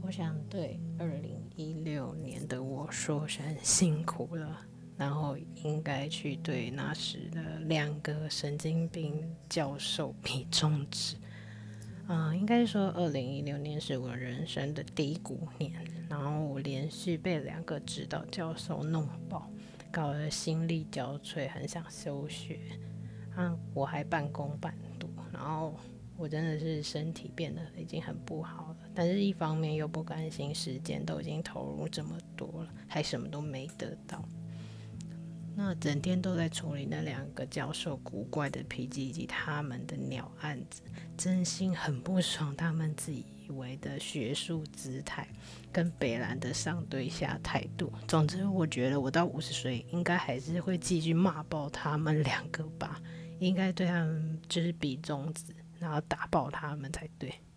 我想对2016年的我说声辛苦了，然后应该去对那时的2个神经病教授比中指。应该说2016年是我人生的低谷年，然后我连续被2个指导教授弄爆，搞得心力交瘁，很想休学。我还半工半读，然后我真的是身体变得已经很不好了，但是一方面又不甘心时间都已经投入这么多了，还什么都没得到。那整天都在处理那2个教授古怪的脾气以及他们的鸟案子，真心很不爽他们自以为的学术姿态跟北兰的上对下态度。总之我觉得我到50岁应该还是会继续骂爆他们2个吧，应该对他们就是比中指，然后打爆他们才对。